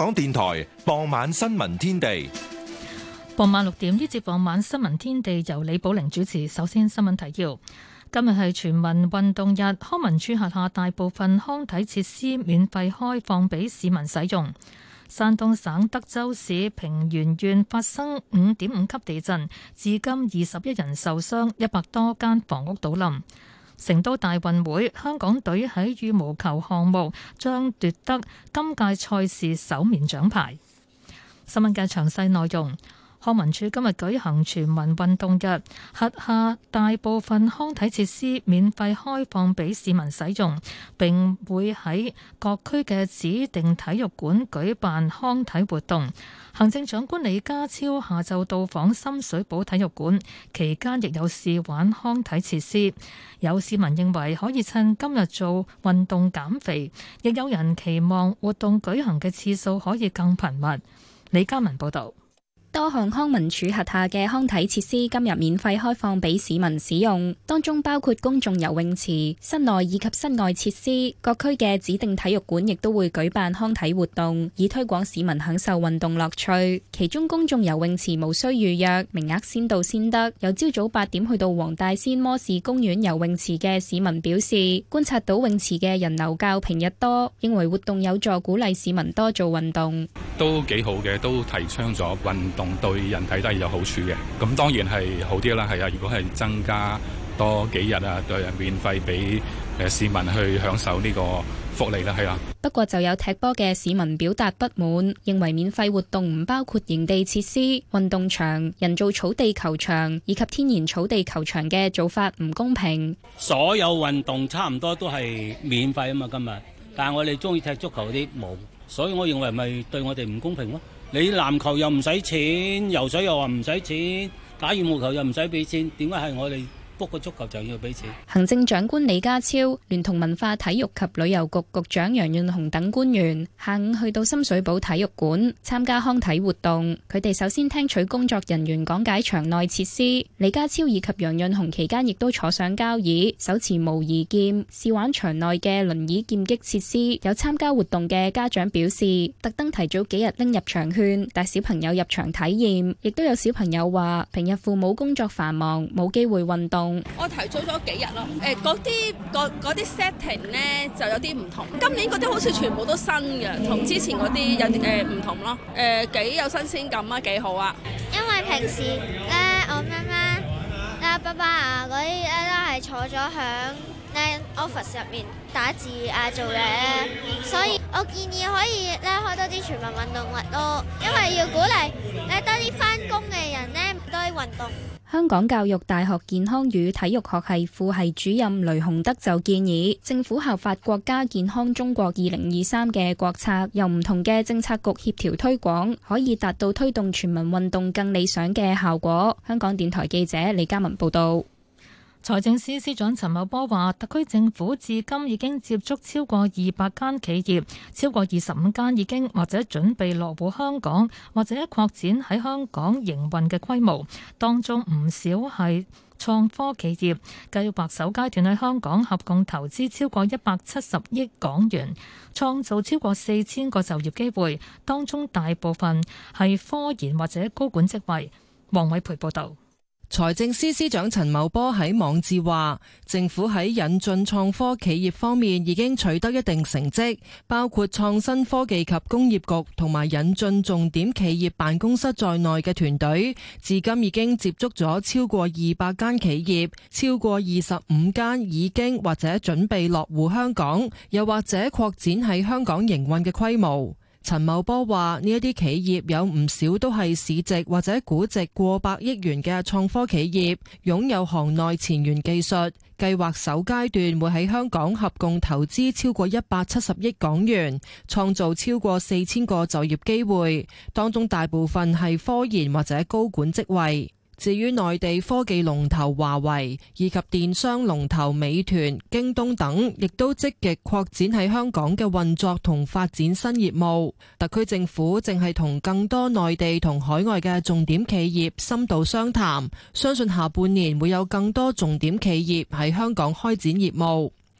港電台傍晚新聞天地。 傍晚6點，呢節傍晚新聞天地由李寶玲主持。首先新聞提要：今日係全民運動日，康文署轄下大部分康體設施免費開放俾市民使用。山東省德州市平原縣發生5.5級地震，至今21人受傷，100多間房屋倒冧。成都大運會，香港隊喺羽毛球項目將奪得今屆賽事首面獎牌。新聞嘅詳細內容。康文署今日舉行全民運動日，轄下大部分康體設施免費開放俾市民使用，並會喺各區嘅指定體育館舉辦康體活動。行政長官李家超下晝到訪深水埗體育館，期間亦有試玩康體設施。有市民認為可以趁今日做運動減肥，亦有人期望活動舉行嘅次數可以更頻密。李嘉文報導。 多項康文署轄下嘅康體設施今日免費開放俾市民使用，當中包括公眾游泳池、室內以及室外設施。各區嘅指定體育館亦都會舉辦康體活動，以推廣市民享受運動樂趣。其中公眾游泳池無需預約，名額先到先得。由朝早8點去到黃大仙摩士公園游泳池嘅市民表示，觀察到泳池嘅人流較平日多，認為活動有助鼓勵市民多做運動。 都幾好嘅，都提倡咗運動對人體都係有好處嘅，咁當然係好啲啦，係啊！如果係增加多幾日啊，對免費俾市民去享受呢個福利啦，係啊。 不過就有踢波嘅市民表達不滿，認為免費活動唔包括營地設施、運動場、人造草地球場以及天然草地球場嘅做法唔公平。 所有運動差唔多都係免費啊嘛，今日，但係我哋中意踢足球啲冇，所以我認為咪對我哋唔公平咯。你籃球又唔使錢，游水又話唔使錢，打羽毛球又唔使俾錢，點解係我哋book個足球就要俾錢？ 行政長官李家超聯同文化體育及旅遊局局長楊潤雄等官員下午去到深水埗體育館參加康體活動。佢哋首先聽取工作人員講解場內設施。李家超以及楊潤雄期間亦都坐上交椅，手持模擬劍試玩場內嘅輪椅劍擊設施。有參加活動嘅家長表示，特登提早幾日拎入場券帶小朋友入場體驗。亦都有小朋友話，平日父母工作繁忙，冇機會運動。 我提早咗幾日咯，嗰啲 setting 咧就有啲唔同。今年嗰啲好似全部都新嘅，同之前嗰啲有啲唔同咯。幾有新鮮感啊，幾好啊！ 因為平時咧，我媽媽啊、爸爸啊嗰啲咧都係坐咗響咧 office 入面打字啊做嘢，所以我建議可以咧開多啲全民運動日咯，因為要鼓勵咧多啲返工嘅人咧多啲運動。 香港教育大學健康與體育學系副系主任雷洪德就建議，政府效法國家健康中國2023嘅國策，由唔同嘅政策局協調推廣，可以達到推動全民運動更理想嘅效果。香港電台記者李嘉文報道。 財政司司長陳茂波話，特區政府至今已經接觸超過200間企業，超過25間已經或者準備落戶香港，或者擴展喺香港營運嘅規模，當中唔少係創科企業，計劃首階段喺香港合共投資超過170億港元，創造超過4000個就業機會，當中大部分係科研或者高管職位。黃偉培報導。 財政司司長陳茂波喺網誌話，政府喺引進創科企業方面已經取得一定成績，包括創新科技及工業局同埋引進重點企業辦公室在內嘅團隊，至今已經接觸咗超過200間企業，超過25間已經或者準備落戶香港，又或者擴展喺香港營運嘅規模。陳茂波話：呢一啲企業有唔少都係市值或者估值過百億元嘅創科企業，擁有行內前沿技術。計劃首階段會喺香港合共投資超過170億港元，創造超過4000個就業機會，當中大部分係科研或者高管職位。至於內地科技龍頭華為以及電商龍頭美團、京東等，亦都積極擴展喺香港嘅運作同發展新業務。特區政府正係同更多內地同海外嘅重點企業深度商談，相信下半年會有更多重點企業喺香港開展業務。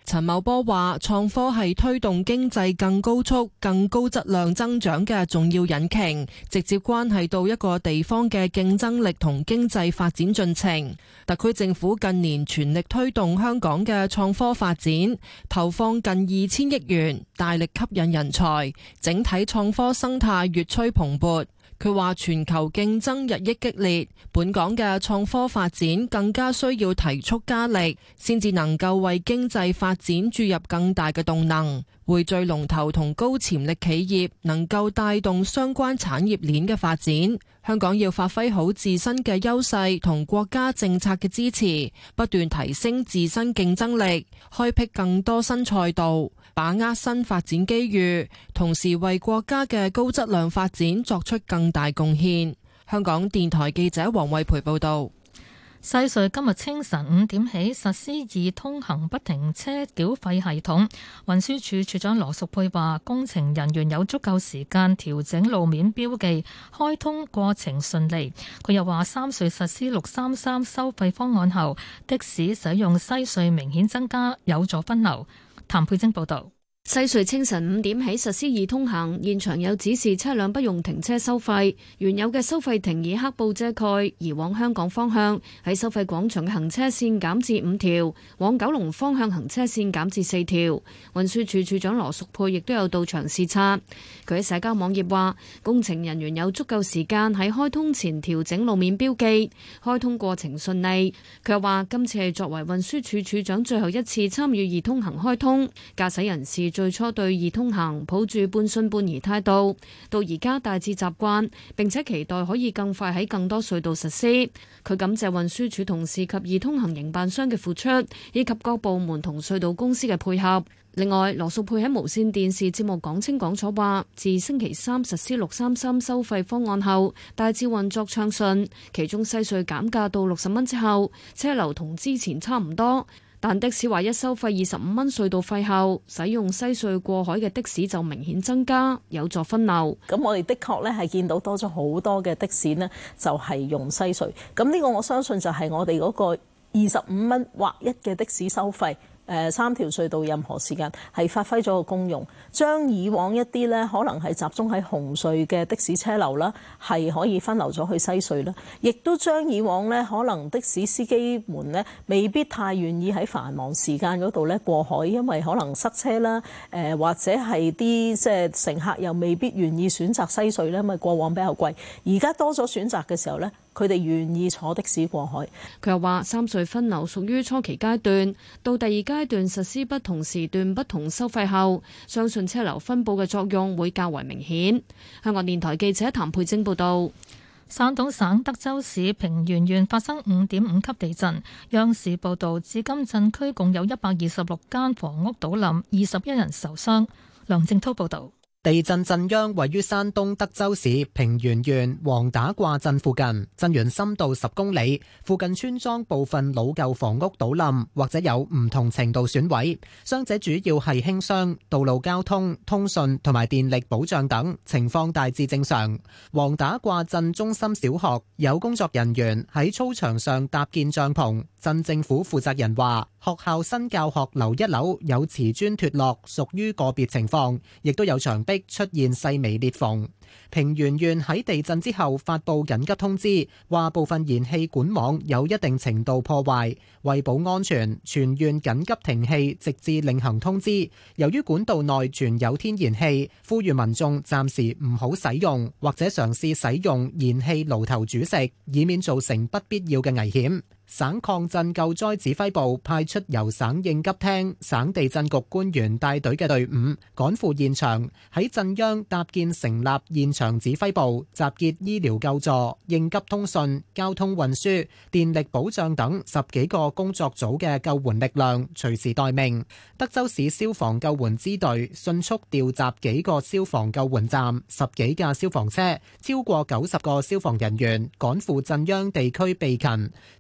陳茂波話：創科係推動經濟更高速、更高質量增長嘅重要引擎，直接關係到一個地方嘅競爭力同經濟發展進程。特區政府近年全力推動香港嘅創科發展，投放近2000億元，大力吸引人才，整體創科生態越趨蓬勃。佢話全球競爭日益激烈，本港嘅創科發展更加需要提速加力，先至能夠為經濟發展注入更大嘅動能，匯聚龍頭同高潛力企業，能夠帶動相關產業鏈嘅發展。香港要發揮好自身嘅優勢同國家政策嘅支持，不斷提升自身競爭力，開闢更多新賽道，把握新發展機遇，同時為國家嘅高質量發展作出更大貢獻。香港電台記者黃慧培報道。 西隧今日清晨5點起實施易通行不停車繳費系統。運輸署署長羅淑佩話，工程人員有足夠時間調整路面標記，開通過程順利。佢又話，三隧實施633收費方案後，的士使用西隧明顯增加，有助分流。譚佩晶報導。 西隧清晨5點起實施易通行，現場有指示車輛不用停車收費，原有嘅收費亭以黑布遮蓋，而往香港方向喺收費廣場嘅行車線減至5條，往九龍方向行車線減至4條。運輸署署長羅淑佩亦都有到場視察。佢喺社交網頁話，工程人員有足夠時間喺開通前調整路面標記，開通過程順利。佢又話，今次係作為運輸署署長最後一次參與易通行開通，駕駛人士最初對易通行抱住半信半疑態度，到而家大致習慣，並且期待可以更快喺更多隧道實施。佢感謝運輸署同事及易通行營辦商嘅付出，以及各部門同隧道公司嘅配合。另外，羅淑佩喺無線電視節目講清講楚話，自星期三實施633收費方案後，大致運作暢順，其中西隧減價到60蚊之後，車流同之前差唔多。但的士話一收費25蚊隧道費後，使用西隧過海嘅的士就明顯增加，有助分流。 咁我哋的確咧係見到多咗好多嘅的士呢，就係用西隧。咁呢個我相信就係我哋嗰個25蚊劃一嘅的士收費。3條隧道任何時間係發揮咗個功用，將以往一啲咧可能係集中喺紅隧嘅的士車流啦，係可以分流咗去西隧啦，亦都將以往咧可能的士司機們咧未必太願意喺繁忙時間嗰度咧過海，因為可能塞車啦，或者係啲即係乘客又未必願意選擇西隧咧，因為過往比較貴，而家多咗選擇嘅時候咧，佢哋願意坐的士過海。 佢又話，三隧分流屬於初期階段，到第二階段實施不同時段不同收費後，相信車流分佈嘅作用會較為明顯。香港電台記者譚佩晶報導。 山東省德州市平原縣發生5.5級地震，央視報導，至今震區共有126間房屋倒冧，21人受傷。梁正滔報導。 地震震央位於山東德州市平原縣黃打掛鎮附近，震源深度10公里，附近村莊部分老舊房屋倒冧或者有唔同程度損毀，傷者主要係輕傷，道路交通、通訊同埋電力保障等情況大致正常。黃打掛鎮中心小學有工作人員喺操場上搭建帳篷，鎮政府負責人話，學校新教學樓1樓有瓷磚脫落，屬於個別情況，亦都有牆壁出現細微裂縫。平原縣喺地震之後發布緊急通知，話部分燃氣管網有一定程度破壞，為保安全，全縣緊急停氣，直至另行通知。由於管道內存有天然氣，呼籲民眾暫時唔好使用，或者嘗試使用燃氣爐頭煮食，以免造成不必要嘅危險。省抗震救災指揮部派出由省應急廳、省地震局官員帶隊嘅隊伍趕赴現場，喺震央搭建成立現場指揮部，集結醫療救助、應急通訊、交通運輸、電力保障等10幾個工作組嘅救援力量，隨時待命。德州市消防救援支隊迅速調集幾個消防救援站、10幾架消防車、超過90個消防人員趕赴震央地區備勤，駐防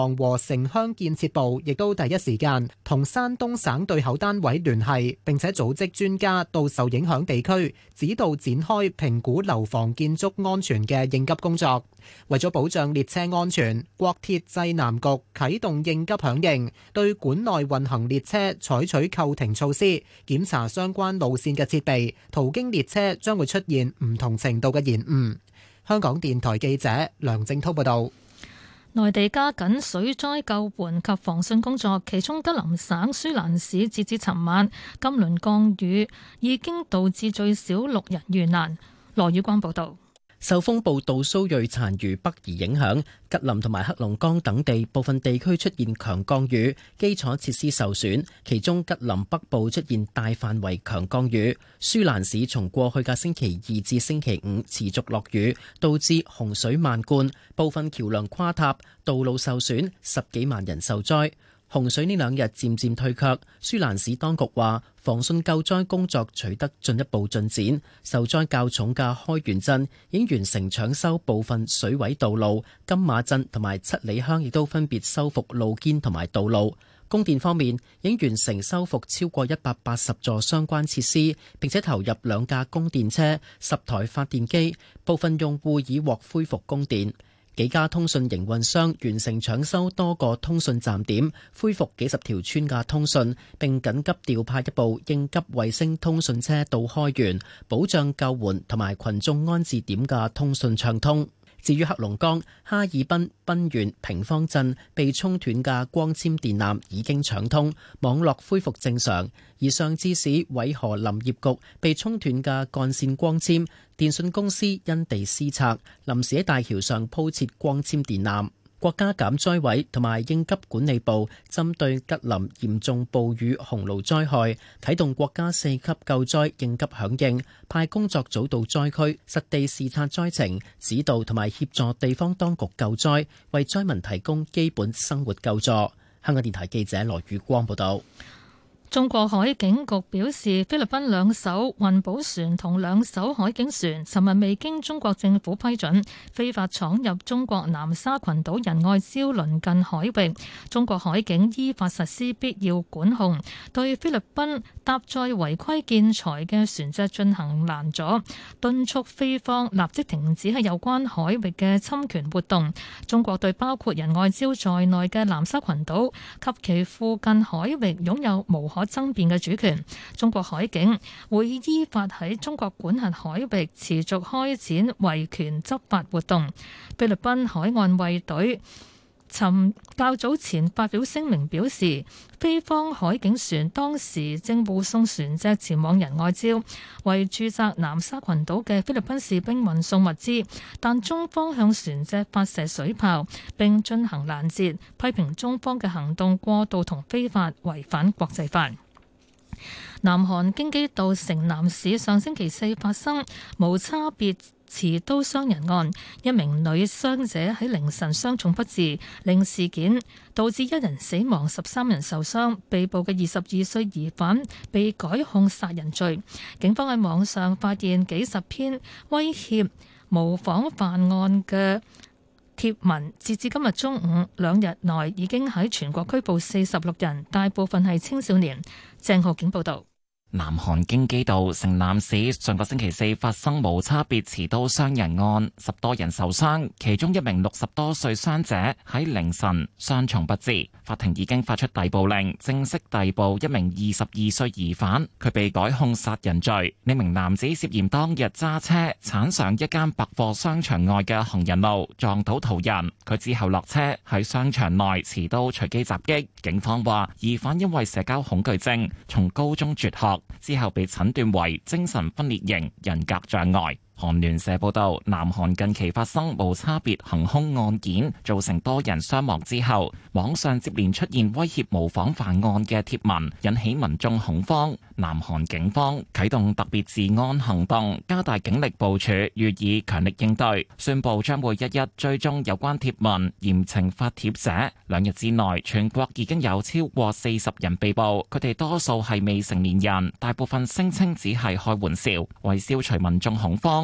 房和城鄉建設部亦都第一時間同山東省對口單位聯繫，並且組織專家到受影響地區指導展開評估樓房建築安全嘅應急工作。為咗保障列車安全，國鐵濟南局啟動應急響應，對管內運行列車採取扣停措施，檢查相關路線嘅設備，途經列車將會出現唔同程度嘅延誤。香港電台記者梁正滔報導。 內地加緊水災救援及防汛工作，其中吉林省舒蘭市截至尋晚，今輪降雨已經導致最少6人遇難。羅宇光報導。 受風暴杜蘇芮殘餘北移影響，吉林同埋黑龍江等地部分地區出現強降雨，基礎設施受損。其中吉林北部出現大範圍強降雨，舒蘭市從過去嘅星期2至星期5持續落雨，導致洪水漫灌，部分橋樑垮塌，道路受損，10幾萬人受災。洪水呢2日漸漸退卻，舒蘭市當局話防汛救災工作取得進一步進展，受災較重嘅開原鎮已經完成搶修部分水毀道路，金馬鎮同埋七里鄉亦都分別修復路肩同埋道路。供電方面，已經完成修復超過180座相關設施，並且投入2架供電車、10台發電機，部分用戶已獲恢復供電。幾家通訊營運商完成搶修多個通訊站點，恢復幾十條村嘅通訊，並緊急調派一部應急衛星通訊車到開源，保障救援同埋群眾安置點嘅通訊暢通。至於黑龍江哈爾濱濱縣平方鎮被沖斷嘅光纖電纜已經搶通，網絡恢復正常；而上志市葦河林業局被沖斷嘅幹線光纖，電信公司因地施策，臨時喺大橋上鋪設光纖電纜。國家減災委同埋應急管理部針對吉林嚴重暴雨洪澇災害，啟動國家4級救災應急響應，派工作組到災區實地視察災情，指導同埋協助地方當局救災，為災民提供基本生活救助。香港電台記者羅宇光報道。 中國海警局表示，菲律賓2艘運補船同2艘海警船尋日未經中國政府批准，非法闖入中國南沙群島仁愛礁鄰近海域。中國海警依法實施必要管控，對菲律賓搭載違規建材嘅船隻進行攔阻，敦促菲方立即停止喺有關海域嘅侵權活動。中國對包括仁愛礁在內嘅南沙群島及其附近海域擁有無可爭辯嘅主權，中國海警會依法喺中國管轄海域持續開展維權執法活動。菲律賓海岸衛隊較早前發表聲明表示，菲方海警船當時正護送船隻前往仁愛礁，為駐紮南沙群島嘅菲律賓士兵運送物資，但中方向船隻發射水炮並進行攔截，批評中方嘅行動過度同非法，違反國際法。南韓京畿道城南市上星期4發生無差別持刀傷人案，一名女傷者喺凌晨傷重不治，令事件導致1人死亡，13人受傷。被捕嘅22歲疑犯被改控殺人罪。警方喺網上發現幾十篇威脅模仿犯案嘅貼文，截至今日中午2日內已經喺全國拘捕46人，大部分係青少年。鄭浩景報道。 南韓京畿道城南市上個星期4發生無差別持刀傷人案，10多人受傷，其中一名60多歲傷者喺凌晨傷重不治。法庭已經發出逮捕令，正式逮捕一名22歲疑犯，佢被改控殺人罪。呢名男子涉嫌當日揸車鏟上一間百貨商場外嘅行人路，撞到途人。佢之後落車喺商場內持刀隨機襲擊。警方話，疑犯因為社交恐懼症，從高中輟學。之後被診斷為精神分裂型人格障礙。韓聯社報道，南韓近期發生無差別行兇案件，造成多人傷亡之後，網上接連出現威脅模仿犯案嘅貼文，引起民眾恐慌。南韓警方啟動特別治安行動，加大警力部署，予以強力應對，宣布將會一一追蹤有關貼文，嚴懲發帖者。2日之內，全國已經有超過40人被捕，佢哋多數係未成年人，大部分聲稱只係開玩笑。為消除民眾恐慌，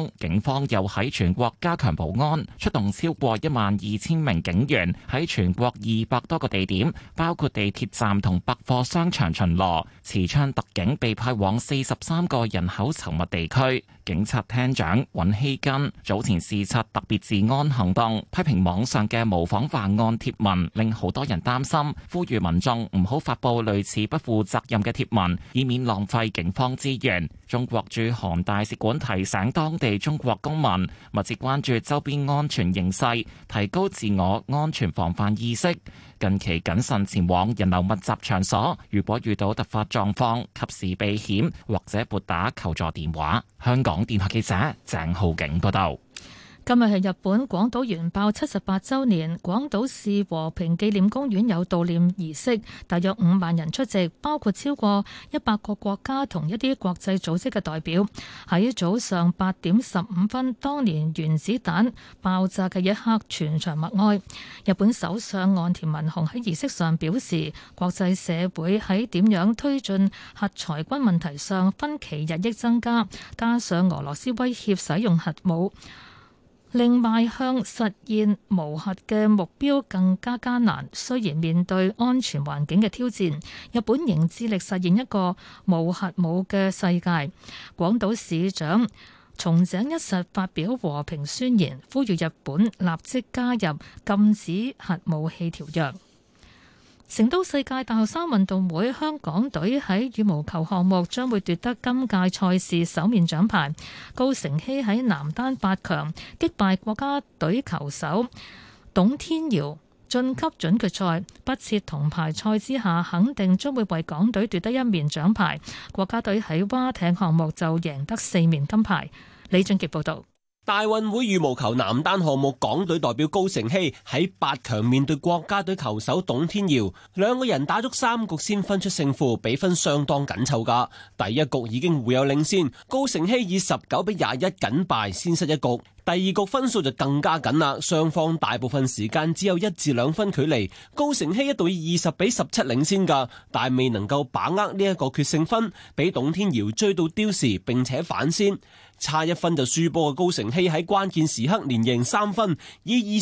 方，警方又喺全國加強保安，出動超過12000名警員喺全國200多個地點，包括地鐵站同百貨商場巡邏。持槍特警被派往43個人口稠密地區。警察廳長尹希根早前視察特別治安行動，批評網上嘅模仿犯案貼文令好多人擔心，呼籲民眾唔好發布類似不負責任嘅貼文，以免浪費警方資源。中國駐韓大使館提醒當地中國公民密切關注周邊安全形勢，提高自我安全防範意識。近期謹慎前往人流密集場所，如果遇到突發狀況，及時避險或者撥打求助電話。香港電台記者鄭浩景報道。 今日係日本廣島原爆78週年，廣島市和平紀念公園有悼念儀式，大約5萬人出席，包括超過100個國家同一啲國際組織嘅代表。喺早上8點15分，當年原子彈爆炸嘅一刻，全場默哀。日本首相岸田文雄喺儀式上表示，國際社會喺點樣推進核裁軍問題上分歧日益增加，加上俄羅斯威脅使用核武，令邁向實現無核嘅目標更加艱難。雖然面對安全環境嘅挑戰，日本仍致力實現一個無核武嘅世界。廣島市長松井一實發表和平宣言，呼籲日本立即加入禁止核武器條約。成都世界大學生運動會香港隊喺羽毛球項目將會奪得今屆賽事首面獎牌。高成希喺男單8強擊敗國家隊球手董天瑤晉級準決賽，不設銅牌賽之下，肯定將會為港隊奪得1面獎牌。國家隊喺划艇項目就贏得4面金牌。李俊傑報導。 大運會羽毛球男單項目，港隊代表高成希喺8強面對國家隊球手董天瑤，兩個人打足3局先分出勝負，比分相當緊湊噶。第一局已經互有領先，高成希以19-21僅敗，先失一局。第二局分數就更加緊啦，雙方大部分時間只有1至2分距離。高成希一度以20-17領先噶，但未能夠把握呢一個決勝分，俾董天瑤追到刁時，並且反先。差1分就輸波嘅高成希喺關鍵時刻連贏3分，以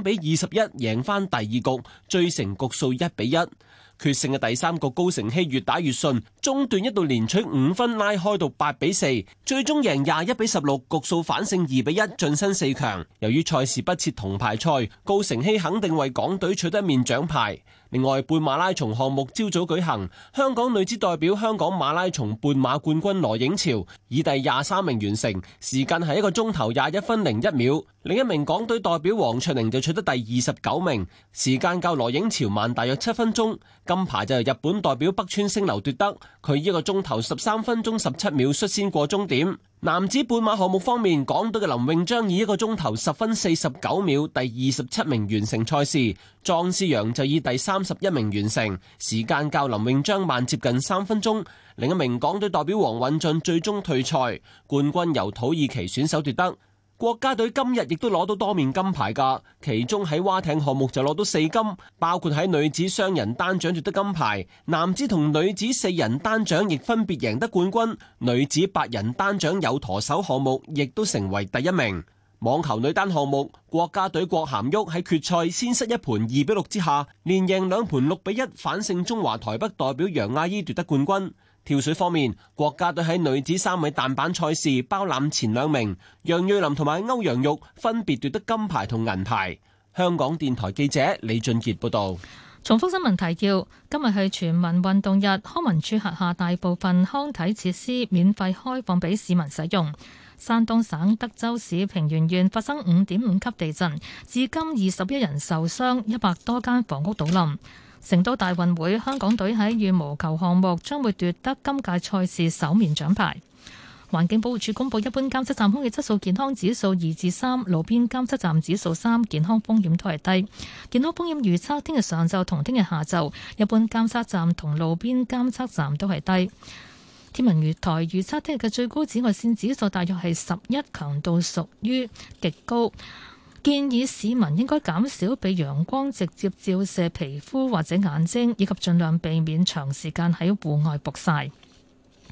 23-21贏翻第二局，追成局數1-1。決勝嘅第3局，高成希越打越順，中段一度連取5分，拉開到8-4，最終贏21-16，局數反勝2-1，晉身4強。由於賽事不設銅牌賽，高成希肯定為港隊取得1面獎牌。另外，半馬拉松項目朝早舉行，香港女子代表香港馬拉松半馬冠軍羅影潮以第23名完成，時間係1個鐘頭21分01秒。另一名港隊代表黃卓寧就取得第29名，時間較羅影潮慢大約7分鐘。金牌就由日本代表北川星流奪得，佢以1個鐘頭13分鐘17秒率先過終點。男子半馬項目方面，港隊嘅林永章以1個鐘頭10分49秒第27名完成賽事，莊思陽就以第31名完成，時間較林永章慢接近3分鐘。另一名港隊代表黃允俊最終退賽，冠軍由土耳其選手奪得。國家隊今日亦都攞到多面金牌㗎，其中喺划艇項目就攞到4金，包括喺女子雙人單槳奪得金牌，男子同女子4人單槳亦分別贏得冠軍，女子8人單槳有舵手項目亦都成為第1名。網球女單項目，國家隊郭涵旭喺決賽先失一盤2-6之下，連贏2盤6-1，反勝中華台北代表楊亞依奪得冠軍。跳水方面，國家隊喺女子3米彈板賽事包攬前2名，楊瑞琳同埋歐陽玉分別奪得金牌同銀牌。香港電台記者李俊傑報道。 重複新聞提要：今日係全民運動日，康文署轄下大部分康體設施免費開放俾市民使用。山東省德州市平原縣發生5.5級地震，至今21人受傷，100多間房屋倒冧。成都大運會，香港隊喺羽毛球項目將會奪得今屆賽事首面獎牌。環境保護署公布，一般監測站空氣質素健康指數2至3，路邊監測站指數3，健康風險都係低。健康風險預測，聽日上晝同聽日下晝，一般監測站同路邊監測站都係低。天文台預測聽日嘅最高紫外線指數大約係11，強度屬於極高。建議市民應該減少被陽光直接照射皮膚或者眼睛，以及盡量避免長時間喺戶外曝曬。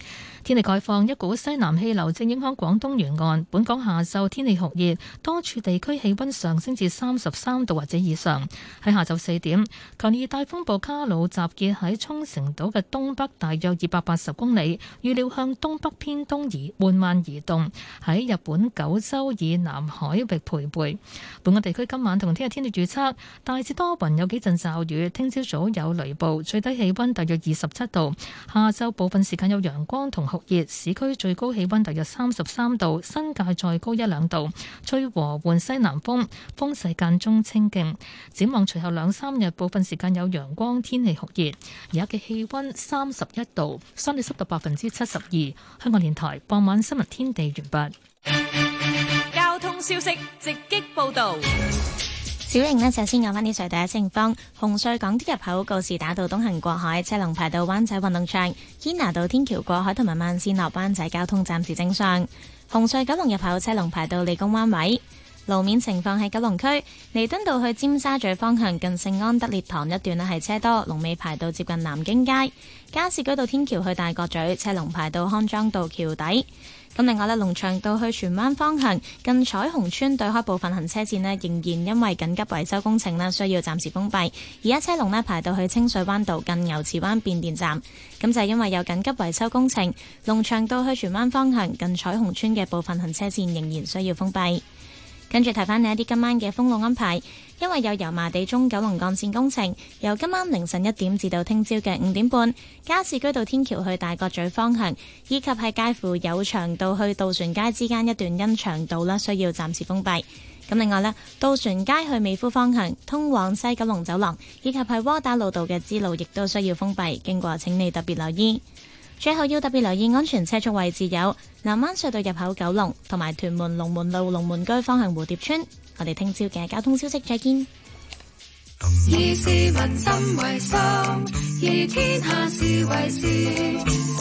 天氣概況，一股西南氣流正影響廣東沿岸，本港下晝天氣酷熱，多處地區氣溫上升至33度或者以上。喺下晝4點，強烈熱帶風暴卡努集結喺沖繩島嘅東北大約280公里，預料向東北偏東緩慢移動，喺日本九州以南海域徘徊。本港地區今晚同聽日天氣預測，大致多雲，有幾陣驟雨，聽朝早有雷暴，最低氣溫大約27度。下晝部分時間有陽光同酷熱，市區最高氣溫大約33度，新界再高1-2度，吹和緩西南風，風勢間中清勁。展望隨後2-3日，部分時間有陽光，天氣酷熱。而家嘅氣溫31度，相對濕度72%。香港電台傍晚新聞天地完畢。 交通消息直擊報道。 小瑩呢，就先講返啲隧道嘅情況。紅隧港島入口告士打道東行過海，車龍排到灣仔運動場；堅拿道天橋過海同埋慢線落灣仔交通暫時正常。紅隧九龍入口車龍排到利工灣位。路面情況喺九龍區彌敦道去尖沙咀方向近聖安德烈堂一段呢係車多，龍尾排到接近南京街。加士居道天橋去大角咀車龍排到康莊道橋底。咁另外呢，龍翔道去荃灣方向近彩虹村對開部分行車線呢，仍然因為緊急維修工程呢，需要暫時封閉。而家車龍呢排到去清水灣道近牛池灣變電站。咁就係因為有緊急維修工程，龍翔道去荃灣方向近彩虹村嘅部分行車線仍然需要封閉。跟住提翻你一啲今晚嘅封路安排，因為有油麻地中九龍幹線工程，由今晚凌晨1點至到聽朝嘅5點半，加士居道天橋去大角咀方向，以及係介乎有祥道去渡船街之間一段欣祥道啦，需要暫時封閉。咁另外呢，渡船街去美孚方向通往西九龍走廊，以及係窩打老道嘅支路，亦都需要封閉，經過請你特別留意。最後要特別留意安全車速位置有南灣隧道入口九龍同埋屯門龍門路龍門居方向蝴蝶村。我哋聽朝嘅交通消息再見。 以市民心為心，以天下事為事。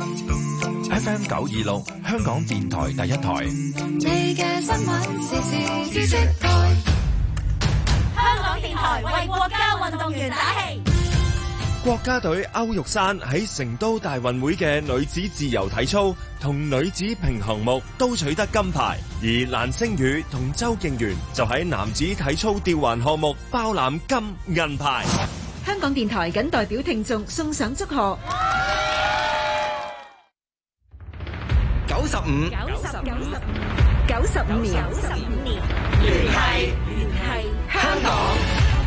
FM 926香港電台第一台。 你嘅新聞時事知識台。 香港電台為國家運動員打氣。 國家隊歐玉珊喺成都大運會嘅女子自由體操同女子平衡木都取得金牌，而蘭星宇同周敬源就喺男子體操吊環項目包攬金銀牌。 香港電台謹代表聽眾送上祝賀。 95年，聯繫香港。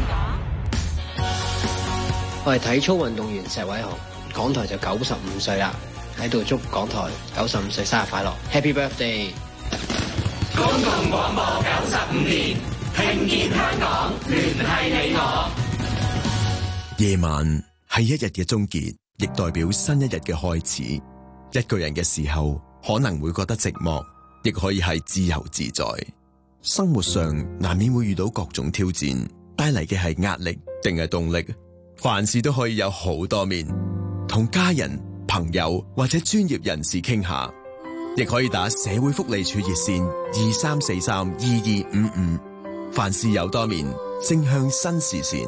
我係體操運動員石偉雄，港台就95歲啦，喺度祝港台95歲生日快樂 ，Happy Birthday！ 公共廣播95年，聽見香港，聯繫你我。 夜晚係一日嘅終結，亦代表新一日嘅開始。一個人嘅時候，可能會覺得寂寞，亦可以係自由自在。生活上難免會遇到各種挑戰，帶嚟嘅係壓力定係動力？凡事都可以有好多面，同家人、朋友或者專業人士傾下，亦可以打社會福利署熱線23432255。凡事有多面，正向新視線。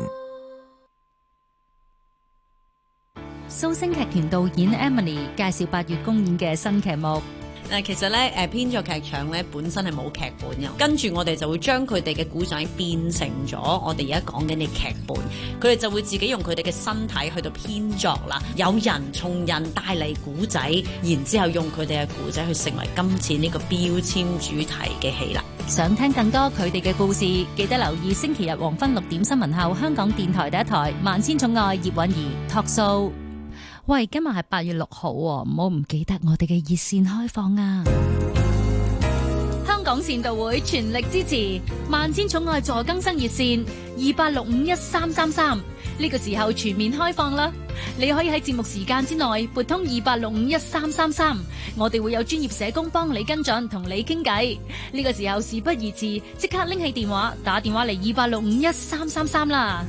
蘇星劇團導演 Emily 介紹8月公演嘅新劇目。 其實咧，編咗劇場咧本身係冇劇本嘅，跟住我哋就會將佢哋嘅古仔變成咗我哋而家講緊嘅劇本，佢哋就會自己用佢哋嘅身體去到編作啦，有人從人帶嚟古仔，然之後用佢哋嘅古仔去成為今次呢個標籤主題嘅戲啦。 想聽更多佢哋嘅故事，記得留意星期日黃昏6點新聞後，香港電台第一台《萬千寵愛葉韻儀》Talk Show。喂，今日係8月6號，唔好唔記得我哋嘅熱線開放啊！香港善導會全力支持萬千寵愛助更生熱線28651333，呢個時候全面開放啦！你可以喺節目時間之內撥通28651333，我哋會有專業社工幫你跟進，同你傾偈。呢個時候事不宜遲，即刻拎起電話打電話嚟28651333啦！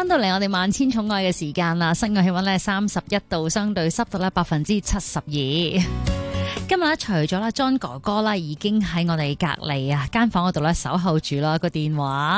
翻到嚟我哋萬千寵愛嘅時間啦，室外氣溫咧31度，相對濕度咧72%。今日咧除咗啦 John 哥哥啦，已經喺我哋隔籬啊間房嗰度咧守候住啦個電話。